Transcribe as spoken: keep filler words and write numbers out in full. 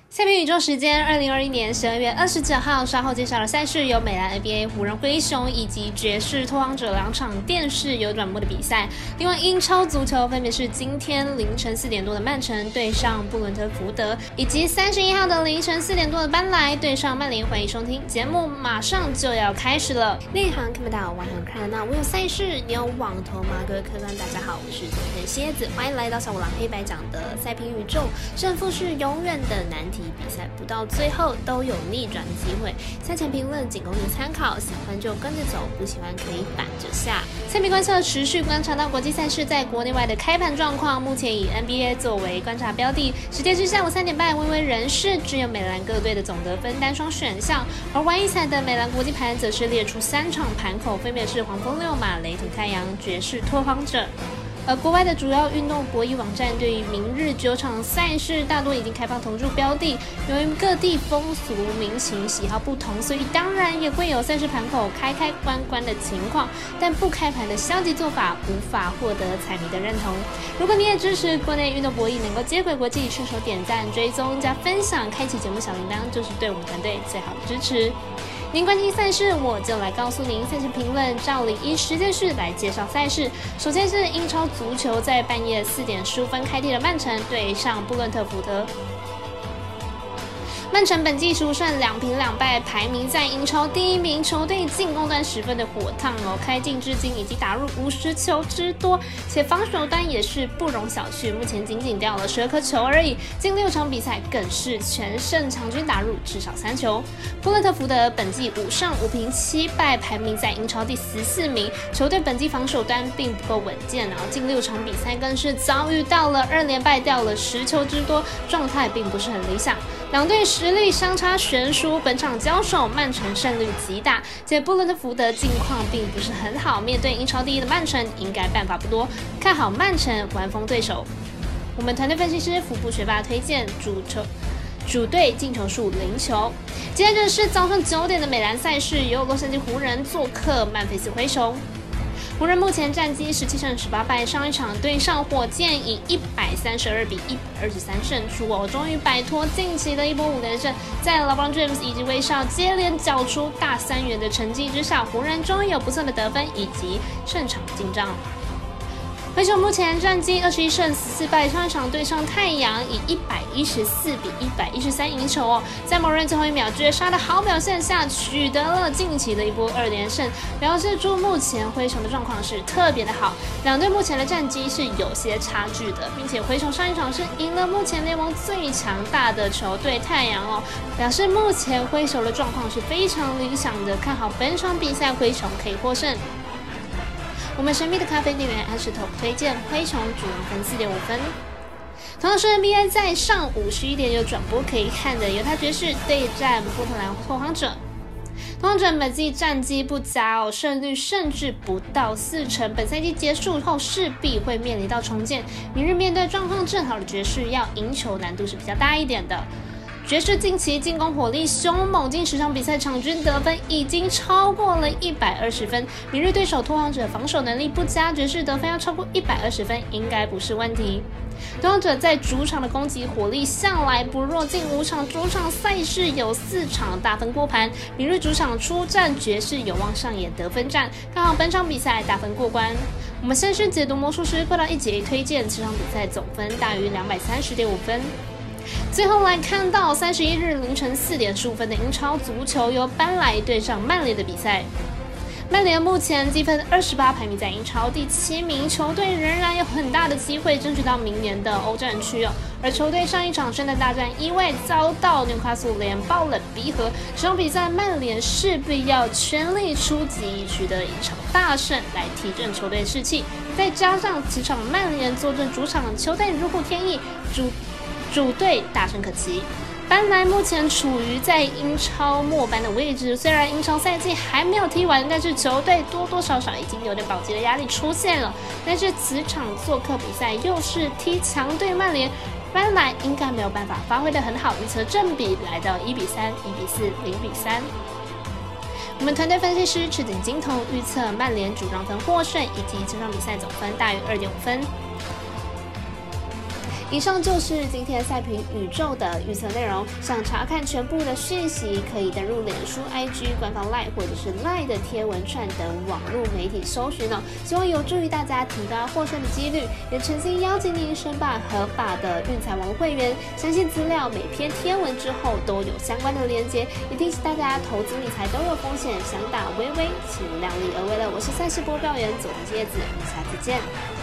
赛评宇宙时间，二零二一年十二月二十九号稍后介绍的赛事有美兰 N B A 湖人灰熊以及爵士拓荒者两场电视有转播的比赛。另外英超足球分别是今天凌晨四点多的曼城对上布伦特福德，以及三十一号的凌晨四点多的班莱对上曼联。欢迎收听节目，马上就要开始了。内行看不到，外行看得到。我有赛事，你有网投吗？各位客官，大家好，我是总监蝎子，欢迎来到小五郎黑白讲的赛评宇宙。胜负是永远的难题。比赛不到最后都有逆转的机会，赛前评论仅供你参考，喜欢就跟着走，不喜欢可以反着下。赛评观测持续观察到国际赛事在国内外的开盘状况，目前以 N B A 作为观察标的，时间是下午三点半，微微人士只有美兰各队的总得分单双选项，而玩一彩的美兰国际盘则是列出三场盘口，分别是黄蜂六马、雷霆太阳、爵士拓荒者。而国外的主要运动博弈网站对于明日九场赛事大多已经开放同注标的，由于各地风俗民情喜好不同，所以当然也会有赛事盘口开开关关的情况，但不开盘的消极做法无法获得彩迷的认同。如果你也支持国内运动博弈能够接轨国际，顺手点赞、追踪加分享，开启节目小铃铛，就是对我们团队最好的支持。您关心赛事，我就来告诉您赛前评论。照理依时间序来介绍赛事。首先是英超足球，在半夜四点十五分开踢的曼城对上布伦特福德。曼城本季十五胜两平两败，排名在英超第一名，球队进攻端十分的火烫哦，开季至今已经打入五十球之多，且防守端也是不容小觑，目前仅仅掉了十二颗球而已，近六场比赛更是全胜，场均打入至少三球。布伦特福德本季五胜五平七败，排名在英超第十四名，球队本季防守端并不够稳健啊，近六场比赛更是遭遇到了二连败，掉了十球之多，状态并不是很理想。两队实力相差悬殊，本场交手曼城胜率极大，且布伦特福德近况并不是很好，面对英超第一的曼城应该办法不多，看好曼城完封对手。我们团队分析师福布学霸推荐主球主队进球数零球。接着是早上九点的美兰赛事，由洛杉矶湖人做客曼菲斯灰熊。湖人目前战绩十七胜十八败，上一场对上火箭以一百三十二比一百二十三胜出哦，终于摆脱近期的一波五连胜。在 LeBron James 以及威少接连缴出大三元的成绩之下，湖人终于有不错的得分以及胜场进账。灰熊目前战绩二十一胜十四败，上一场对上太阳以一百一十四比一百一十三赢球哦，在某人最后一秒绝杀的好表现下，取得了近期的一波二连胜，表示出目前灰熊的状况是特别的好。两队目前的战绩是有些差距的，并且灰熊上一场是赢了目前联盟最强大的球队太阳哦，表示目前灰熊的状况是非常理想的，看好本场比赛灰熊可以获胜。我们神秘的咖啡店员安石头推荐灰熊主让分 四点五 分。同样是 N B A 在上午十一点有转播可以看的犹他爵士对战波特兰拓荒者。拓荒者本季战绩不佳哦，胜率甚至不到四成，本赛季结束后势必会面临到重建。明日面对状况正好的爵士，要赢球难度是比较大一点的。爵士近期进攻火力凶猛，近十场比赛场均得分已经超过了一百二十分。明日对手拓荒者防守能力不佳，爵士得分要超过一百二十分应该不是问题。拓荒者在主场的攻击火力向来不弱，近五场主场赛事有四场大分过盘。明日主场出战爵士有望上演得分战，看好本场比赛大分过关。我们先是解读魔术师快到一节推荐这场比赛总分大于 两百三十点五 分。最后来看到三十一日凌晨四点十五分的英超足球由班莱对上曼联的比赛。曼联目前积分二十八，排名在英超第七名，球队仍然有很大的机会争取到明年的欧战区哦。而球队上一场圣诞大战意外遭到纽卡素连爆冷逼和，这场比赛曼联势必要全力出击，取得一场大胜来提振球队士气。再加上此场曼联坐镇主场，球队如虎添翼，主主队大胜可期。班莱目前处于在英超末班的位置，虽然英超赛季还没有踢完，但是球队多多少少已经有点保级的压力出现了。但是此场做客比赛又是踢强队曼联，班莱应该没有办法发挥得很好，预测正比来到一比三、一比四、零比三。我们团队分析师赤井金童预测曼联主让分获胜，以及这场比赛总分大于 二点五 分。 以上就是今天赛评宇宙的预测内容。想查看全部的讯息，可以登入脸书、I G 官方 LINE 或者是 LINE 的贴文串等网络媒体搜寻哦。希望有助于大家提高获胜的几率，也诚心邀请您申办合法的运彩王会员。详细资料每篇贴文之后都有相关的连结，也提醒大家投资理财都有风险，想打微微请量力而为了。我是赛事播报员佐藤叶子，我们下次见。